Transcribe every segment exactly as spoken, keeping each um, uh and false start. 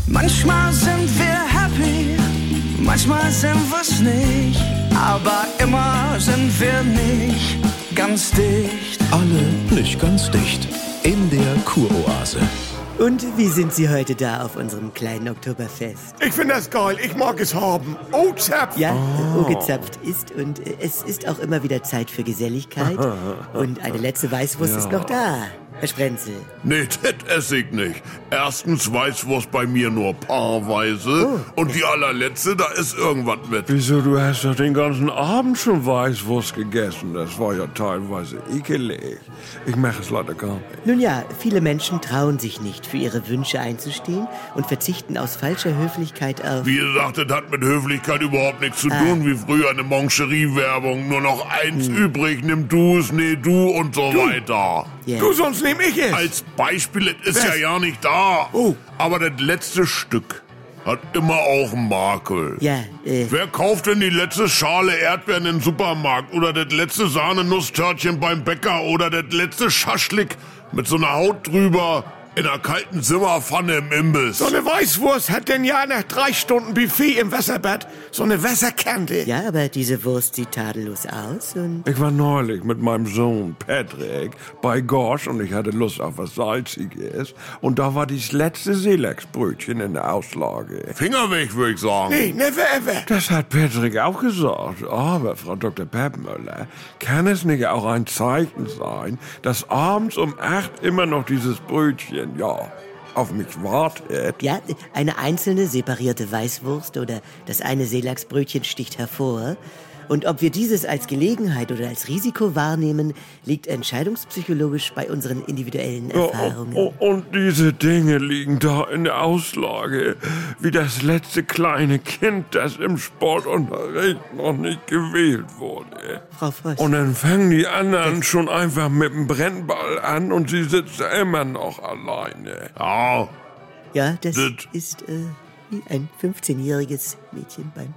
Manchmal sind wir happy, manchmal sind wir's nicht, aber immer sind wir nicht ganz dicht. Alle nicht ganz dicht in der Kuroase. Und wie sind Sie heute da auf unserem kleinen Oktoberfest? Ich finde das geil, ich mag es haben. O-Zapf. Ja, oh. O-gezapft ist und es ist auch immer wieder Zeit für Geselligkeit. Und eine letzte Weißwurst ja. ist noch da, Herr Sprenzel. Nee, das esse ich nicht. Erstens Weißwurst bei mir nur paarweise. Oh. Und die allerletzte, da ist irgendwas mit. Wieso, du hast doch den ganzen Abend schon Weißwurst gegessen. Das war ja teilweise ekelig. Ich mache es leider gar nicht. Nun ja, viele Menschen trauen sich nicht, für ihre Wünsche einzustehen und verzichten aus falscher Höflichkeit auf... Wie gesagt, das hat mit Höflichkeit überhaupt nichts zu ah. tun, wie früher eine Moncherie-Werbung. Nur noch eins hm. übrig, nimm du es, nee du und so du. weiter. Yeah. Du, sonst nehm ich es. Als Beispiel, es ist Was? ja ja nicht da. Oh. Aber das letzte Stück hat immer auch einen Makel. Ja, äh. Wer kauft denn die letzte Schale Erdbeeren im Supermarkt? Oder das letzte Sahnenuss-Törtchen beim Bäcker? Oder das letzte Schaschlik mit so einer Haut drüber in einer kalten Zimmerpfanne im Imbiss? So eine Weißwurst hat denn ja nach drei Stunden Buffet im Wasserbad so eine Wasserkante. Ja, aber diese Wurst sieht tadellos aus und... Ich war neulich mit meinem Sohn Patrick bei Gosch und ich hatte Lust auf was Salziges. Und da war das letzte Seelachsbrötchen in der Auslage. Finger weg, würde ich sagen. Nee, never ever. Das hat Patrick auch gesagt. Aber, Frau Doktor Peppmüller, kann es nicht auch ein Zeichen sein, dass abends um acht immer noch dieses Brötchen, ja, auf mich wartet? Ja, eine einzelne separierte Weißwurst oder das eine Seelachsbrötchen sticht hervor. Und ob wir dieses als Gelegenheit oder als Risiko wahrnehmen, liegt entscheidungspsychologisch bei unseren individuellen Erfahrungen. Oh, oh, und diese Dinge liegen da in der Auslage, wie das letzte kleine Kind, das im Sportunterricht noch nicht gewählt wurde. Frau Voss. Und dann fangen die anderen das schon einfach mit dem Brennball an und sie sitzt immer noch alleine. Ja, ja das, das ist äh, wie ein fünfzehnjähriges Mädchen beim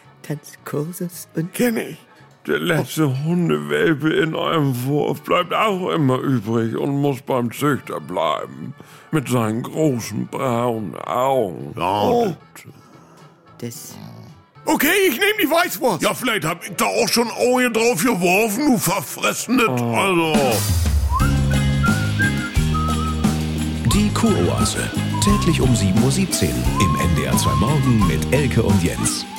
Tanzkursus und... Kenn ich. Der letzte oh. Hundewelpe in eurem Wurf bleibt auch immer übrig und muss beim Züchter bleiben. Mit seinen großen braunen Augen. Ja, oh. Das... Okay, ich nehme die Weißwurst. Ja, vielleicht hab ich da auch schon Auge drauf geworfen, du Verfressenes. Oh. Also... Die Kuroase. Täglich um sieben Uhr siebzehn im N D R zwei Morgen mit Elke und Jens.